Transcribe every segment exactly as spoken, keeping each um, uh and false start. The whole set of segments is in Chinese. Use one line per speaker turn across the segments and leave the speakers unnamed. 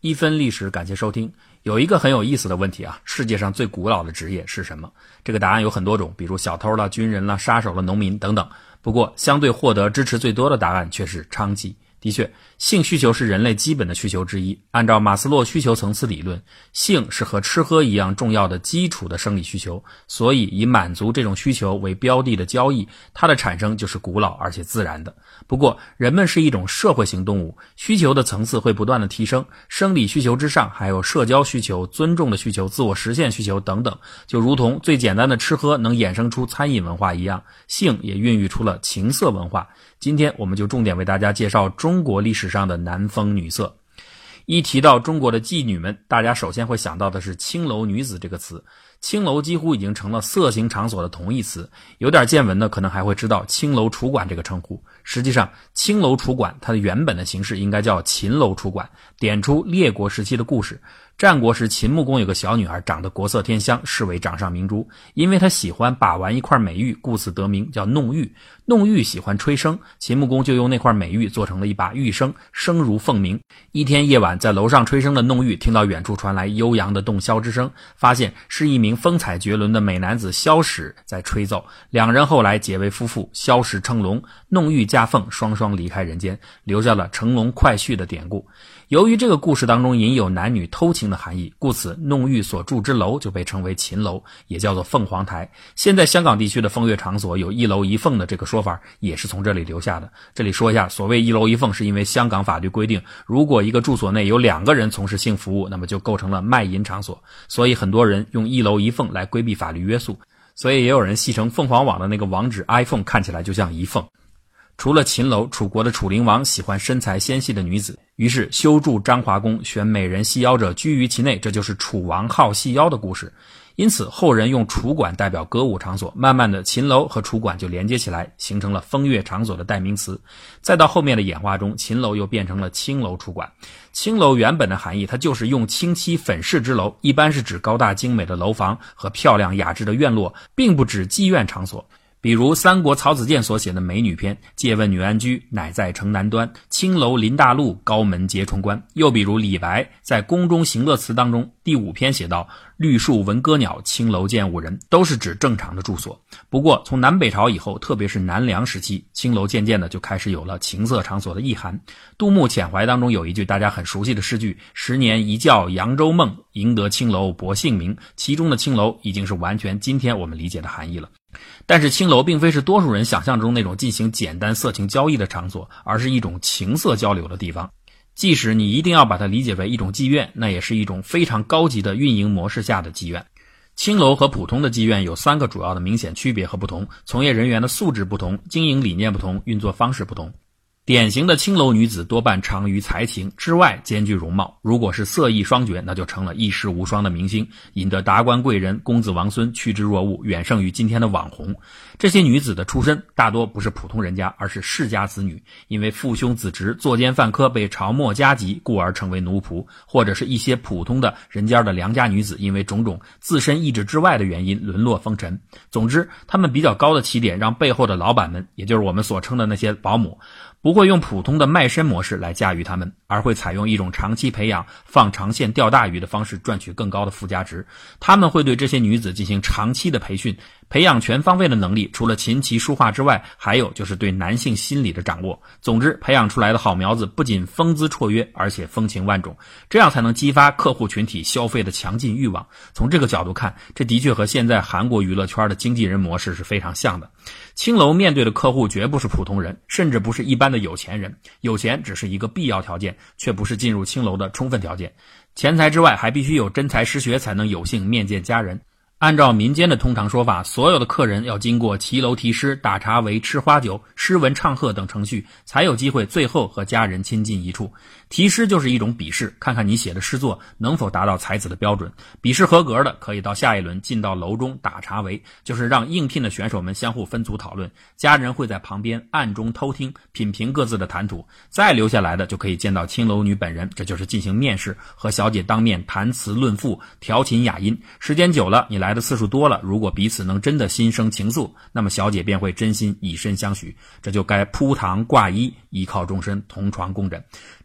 一分历史，感谢收听。有一个很有意思的问题啊，世界上最古老的职业是什么？这个答案有很多种，比如小偷啦、军人啦、杀手啦、农民等等。不过相对获得支持最多的答案却是娼妓。的确，性需求是人类基本的需求之一。按照马斯洛需求层次理论，性是和吃喝一样重要的基础的生理需求，所以以满足这种需求为标的的交易，它的产生就是古老而且自然的。不过人们是一种社会型动物，需求的层次会不断的提升，生理需求之上还有社交需求、尊重的需求、自我实现需求等等。就如同最简单的吃喝能衍生出餐饮文化一样，性也孕育出了情色文化。今天我们就重点为大家介绍中国历史上的男风女色。一提到中国的妓女们，大家首先会想到的是青楼女子这个词。青楼几乎已经成了色情场所的同义词，有点见闻的可能还会知道青楼楚馆这个称呼。实际上青楼楚馆它的原本的形式应该叫秦楼楚馆，点出列国时期的故事。战国时秦穆公有个小女孩长得国色天香，视为掌上明珠，因为她喜欢把玩一块美玉，故此得名叫弄玉。弄玉喜欢吹笙，秦穆公就用那块美玉做成了一把玉笙，声如凤鸣。一天夜晚，在楼上吹笙的弄玉听到远处传来悠扬的洞箫之声，发现是一名风采绝伦的美男子萧史在吹奏。两人后来结为夫妇，萧史称龙，弄玉嫁凤，双双离开人间，留下了乘龙快婿的典故。由于这个故事当中隐有男女偷情的含义，故此弄玉所住之楼就被称为秦楼，也叫做凤凰台。现在香港地区的风月场所有一楼一凤的这个说法，也是从这里留下的。这里说一下，所谓一楼一凤是因为香港法律规定，如果一个住所内有两个人从事性服务，那么就构成了卖淫场所，所以很多人用一楼一凤来规避法律约束，所以也有人戏称凤凰网的那个网址 iPhone 看起来就像一凤。除了秦楼，楚国的楚灵王喜欢身材纤细的女子，于是修筑章华宫，选美人细腰者居于其内，这就是楚王好细腰的故事。因此后人用楚馆代表歌舞场所，慢慢的秦楼和楚馆就连接起来，形成了风月场所的代名词。再到后面的演化中，秦楼又变成了青楼楚馆。青楼原本的含义，它就是用青漆粉饰之楼，一般是指高大精美的楼房和漂亮雅致的院落，并不指妓院场所。比如三国曹子建所写的美女篇，借问女安居，乃在城南端，青楼临大路，高门接重关。又比如李白在宫中行乐词当中第五篇写道，绿树闻歌鸟，青楼见舞人，都是指正常的住所。不过从南北朝以后，特别是南梁时期，青楼渐渐的就开始有了情色场所的意涵。杜牧遣怀当中有一句大家很熟悉的诗句，十年一觉扬州梦，赢得青楼博姓名，其中的青楼已经是完全今天我们理解的含义了。但是青楼并非是多数人想象中那种进行简单色情交易的场所，而是一种情色交流的地方。即使你一定要把它理解为一种妓院，那也是一种非常高级的运营模式下的妓院。青楼和普通的妓院有三个主要的明显区别和不同，从业人员的素质不同，经营理念不同，运作方式不同。典型的青楼女子多半长于才情，之外兼具容貌，如果是色艺双绝，那就成了一时无双的明星，引得达官贵人、公子王孙趋之若鹜，远胜于今天的网红。这些女子的出身大多不是普通人家，而是世家子女，因为父兄子侄作奸犯科被朝末加急，故而成为奴仆，或者是一些普通的人家的良家女子，因为种种自身意志之外的原因沦落风尘。总之，他们比较高的起点让背后的老板们，也就是我们所称的那些保姆，不会用普通的卖身模式来驾驭他们，而会采用一种长期培养、放长线钓大鱼的方式赚取更高的附加值。他们会对这些女子进行长期的培训，培养全方位的能力，除了琴棋书画之外，还有就是对男性心理的掌握。总之，培养出来的好苗子不仅风姿绰约，而且风情万种，这样才能激发客户群体消费的强劲欲望。从这个角度看，这的确和现在韩国娱乐圈的经纪人模式是非常像的。青楼面对的客户绝不是普通人，甚至不是一般的有钱人，有钱只是一个必要条件，却不是进入青楼的充分条件。钱财之外，还必须有真才实学，才能有幸面见佳人。按照民间的通常说法，所有的客人要经过骑楼题诗、打茶围、吃花酒、诗文唱和等程序，才有机会最后和家人亲近一处。题诗就是一种笔试，看看你写的诗作能否达到才子的标准。笔试合格的可以到下一轮进到楼中打茶围，就是让应聘的选手们相互分组讨论，家人会在旁边暗中偷听，品评各自的谈吐。再留下来的就可以见到青楼女本人，这就是进行面试，和小姐当面谈词论赋，调琴雅音。时间久了，你来的次数多了，如果彼此能真的心生情愫，那么小姐便会真心以身相许，这就该铺堂挂衣，依靠终身，同床共枕。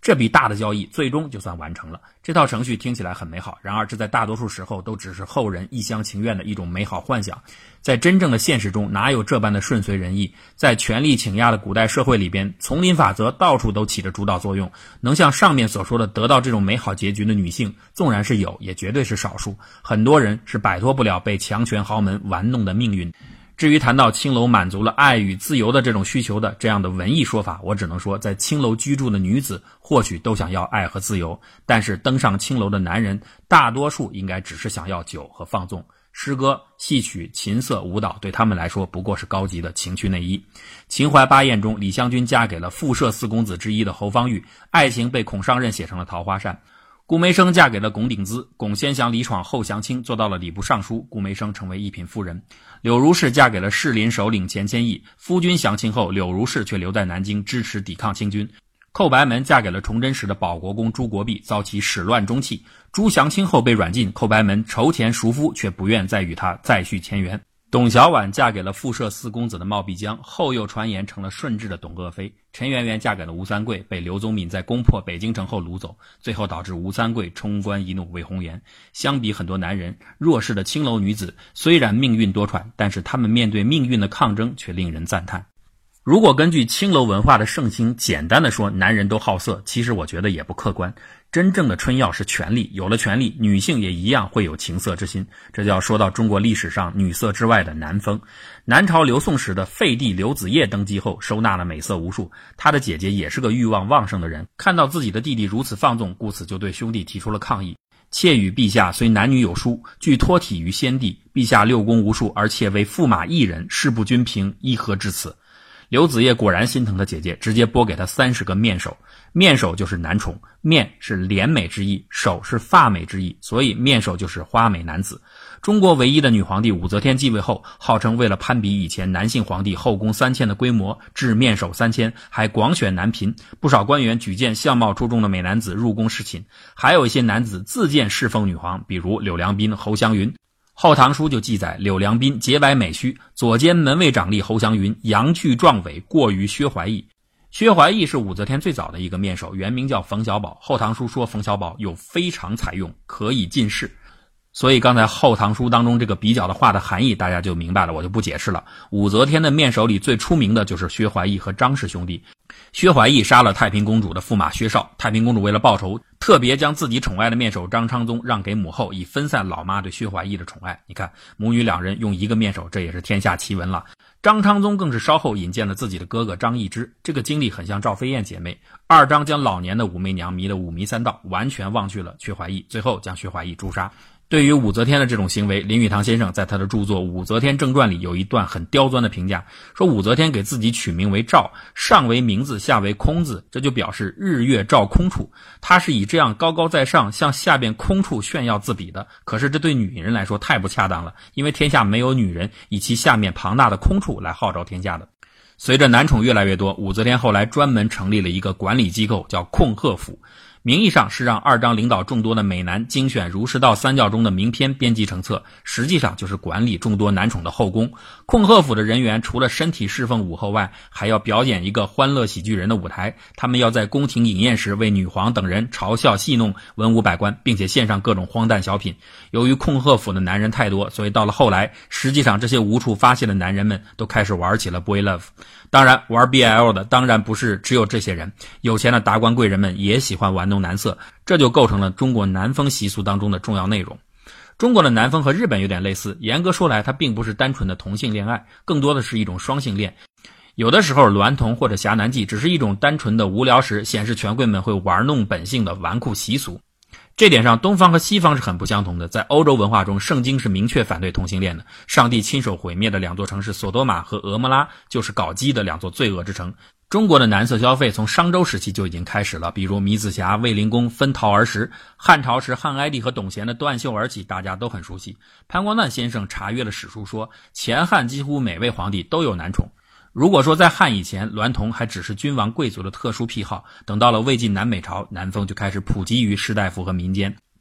这笔大的交易最终就算完成了。这套程序听起来很美好，然而这在大多数时候都只是后人一厢情愿的一种美好幻想。在真正的现实中，哪有这般的顺随人意？在权力倾轧的古代社会里边，丛林法则到处都起着主导作用。能像上面所说的得到这种美好结局的女性，纵然是有，也绝对是少数。很多人是摆脱不了被强权豪门玩弄的命运。至于谈到青楼满足了爱与自由的这种需求的这样的文艺说法，我只能说，在青楼居住的女子或许都想要爱和自由，但是登上青楼的男人大多数应该只是想要酒和放纵。诗歌、戏曲、琴瑟、舞蹈对他们来说不过是高级的情趣内衣。秦淮八艳中，李香君嫁给了复社四公子之一的侯方域，爱情被孔尚任写成了桃花扇。顾梅生嫁给了龚鼎资，龚先祥李闯后降清，做到了礼部尚书，顾梅生成为一品夫人。柳如是嫁给了士林首领钱谦益，夫君降清后，柳如是却留在南京支持抵抗清军。寇白门嫁给了崇祯时的保国公朱国弼，遭其始乱终弃。朱降清后被软禁，寇白门筹钱赎夫，却不愿再与他再续前缘。董小宛嫁给了复社四公子的冒辟疆，后又传言成了顺治的董鄂妃。陈圆圆嫁给了吴三桂，被刘宗敏在攻破北京城后掳走，最后导致吴三桂冲冠一怒为红颜。相比很多男人，弱势的青楼女子虽然命运多舛，但是她们面对命运的抗争却令人赞叹。如果根据青楼文化的盛行简单的说男人都好色，其实我觉得也不客观。真正的春药是权力，有了权力，女性也一样会有情色之心。这就要说到中国历史上女色之外的南风。南朝刘宋时的废帝刘子业登基后，收纳了美色无数，他的姐姐也是个欲望旺盛的人，看到自己的弟弟如此放纵，故此就对兄弟提出了抗议。妾与陛下虽男女有殊，俱托体于先帝，陛下六宫无数，而妾为驸马一人，事不均平，依何至此？刘子业果然心疼他姐姐，直接拨给他三十个面首。面首就是男宠，面是脸美之意，首是发美之意，所以面首就是花美男子。中国唯一的女皇帝武则天继位后，号称为了攀比以前男性皇帝后宫三千的规模，置面首三千，还广选男嫔。不少官员举荐相貌出众的美男子入宫侍寝，还有一些男子自荐侍奉女皇，比如柳良斌、侯祥云。后唐书就记载，柳良斌洁白美须，左监门卫长吏侯祥云阳具壮伟，过于薛怀义。薛怀义是武则天最早的一个面首，原名叫冯小宝。后唐书说冯小宝有非常采用，可以进士。所以刚才后唐书当中这个比较的话的含义大家就明白了，我就不解释了。武则天的面首里最出名的就是薛怀义和张氏兄弟。薛怀义杀了太平公主的驸马薛绍，太平公主为了报仇，特别将自己宠爱的面首张昌宗让给母后，以分散老妈对薛怀义的宠爱。你看母女两人用一个面首，这也是天下奇闻了。张昌宗更是稍后引荐了自己的哥哥张易之，这个经历很像赵飞燕姐妹。二张将老年的武媚娘迷得五迷三道，完全忘去了薛怀义，最后将薛怀义诛杀。对于武则天的这种行为，林语堂先生在他的著作《武则天正传》里有一段很刁钻的评价，说武则天给自己取名为赵，上为名字，下为空字，这就表示日月照空处，他是以这样高高在上向下边空处炫耀自比的。可是这对女人来说太不恰当了，因为天下没有女人以其下面庞大的空处来号召天下的。随着男宠越来越多，武则天后来专门成立了一个管理机构，叫控鹤府。名义上是让二张领导众多的美男精选儒释道三教中的名篇编辑成册，实际上就是管理众多男宠的后宫。控鹤府的人员除了身体侍奉武后外，还要表演一个欢乐喜剧人的舞台，他们要在宫廷饮宴时为女皇等人嘲笑戏弄文武百官，并且献上各种荒诞小品。由于控鹤府的男人太多，所以到了后来，实际上这些无处发泄的男人们都开始玩起了 boy love。 当然玩 B L 的当然不是只有这些人，有钱的达官贵人们也喜欢玩弄男色，这就构成了中国南风习俗当中的重要内容。中国的南风和日本有点类似，严格说来它并不是单纯的同性恋爱，更多的是一种双性恋。有的时候娈童或者侠男妓只是一种单纯的无聊时显示权贵们会玩弄本性的纨绔习俗。这点上东方和西方是很不相同的，在欧洲文化中，圣经是明确反对同性恋的，上帝亲手毁灭的两座城市索多玛和俄摩拉就是搞基的两座罪恶之城。中国的男色消费从商周时期就已经开始了，比如米子霞、卫灵公分桃而食，汉朝时汉哀帝和董贤的断袖而起大家都很熟悉。潘光镫先生查阅了史书说，前汉几乎每位皇帝都有男宠。如果说在汉以前，娈童还只是君王贵族的特殊癖好，等到了魏晋南北朝，南风就开始普及于士大夫和民间。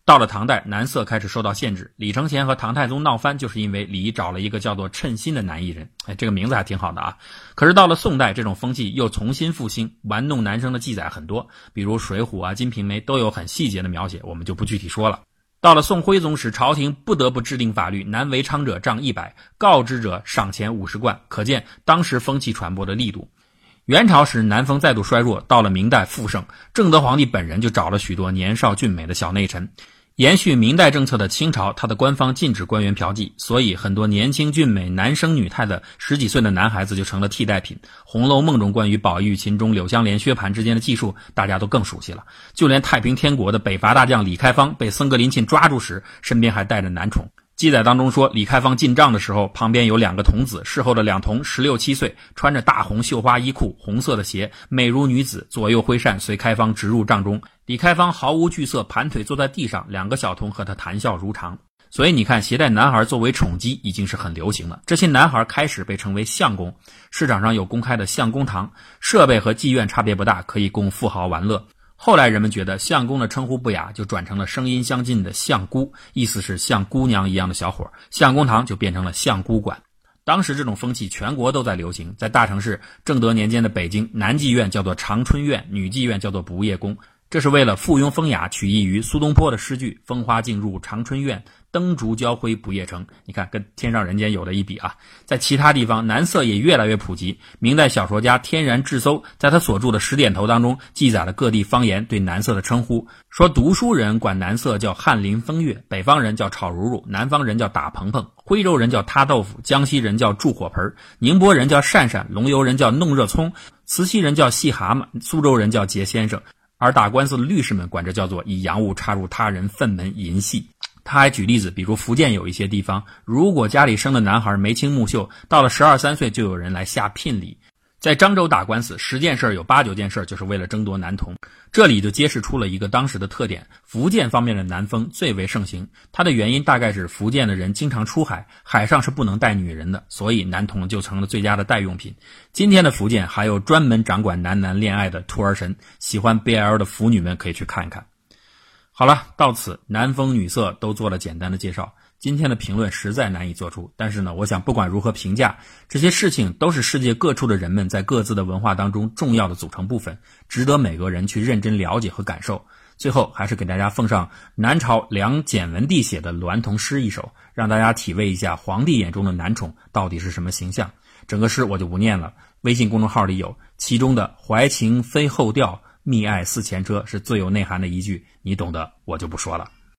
到了唐代，男色开始受到限制，李承乾和唐太宗闹翻，就是因为李找了一个叫做称心的男艺人。哎，这个名字还挺好的啊。可是到了宋代，这种风气又重新复兴，玩弄男生的记载很多，比如水浒啊、金瓶梅都有很细节的描写，我们就不具体说了。到了宋徽宗时，朝廷不得不制定法律，男为娼者杖一百，告知者赏钱五十贯，可见当时风气传播的力度。元朝时南风再度衰弱，到了明代复盛，正德皇帝本人就找了许多年少俊美的小内臣。延续明代政策的清朝，他的官方禁止官员嫖妓，所以很多年轻俊美男生女态的十几岁的男孩子就成了替代品。《红楼梦》中关于宝玉、秦钟、柳湘莲、薛蟠之间的技术大家都更熟悉了，就连太平天国的北伐大将李开芳被僧格林沁抓住时，身边还带着男宠。记载当中说，李开芳进帐的时候，旁边有两个童子，事后的两童十六七岁，穿着大红绣花衣裤、红色的鞋，美如女子，左右挥扇，随开芳直入帐中。李开芳毫无惧色，盘腿坐在地上，两个小童和他谈笑如常。所以你看，携带男孩作为宠姬已经是很流行了。这些男孩开始被称为相公，市场上有公开的相公堂，设备和妓院差别不大，可以供富豪玩乐。后来人们觉得相公的称呼不雅，就转成了声音相近的相姑，意思是像姑娘一样的小伙，相公堂就变成了相姑馆。当时这种风气全国都在流行，在大城市正德年间的北京，男妓院叫做长春院，女妓院叫做不夜宫，这是为了附庸风雅，取意于苏东坡的诗句风花尽入长春院，灯烛交辉不夜城。你看跟天上人间有的一比啊。在其他地方男色也越来越普及，明代小说家天然智搜在他所著的十点头当中记载了各地方言对男色的称呼，说读书人管男色叫翰林风月，北方人叫炒乳乳，南方人叫打蓬蓬，徽州人叫塌豆腐，江西人叫铸火盆，宁波人叫扇扇，龙游人叫弄热葱，慈溪人叫细蛤蟆，苏州人叫杰先生。而打官司的律师们管这叫做以洋物插入他人粪门淫戏。他还举例子，比如福建有一些地方，如果家里生的男孩眉清目秀，到了十二三岁就有人来下聘礼。在漳州打官司，十件事有八九件事就是为了争夺男童。这里就揭示出了一个当时的特点，福建方面的男风最为盛行，它的原因大概是福建的人经常出海，海上是不能带女人的，所以男童就成了最佳的代用品。今天的福建还有专门掌管男男恋爱的兔儿神，喜欢 B L 的腐女们可以去看一看。好了，到此男风女色都做了简单的介绍。今天的评论实在难以做出，但是呢，我想不管如何评价，这些事情都是世界各处的人们在各自的文化当中重要的组成部分，值得每个人去认真了解和感受。最后还是给大家奉上南朝梁简文帝写的娈童诗一首，让大家体味一下皇帝眼中的男宠到底是什么形象。整个诗我就不念了，微信公众号里有，其中的怀情飞后调，密爱似前车是最有内涵的一句，你懂得，我就不说了。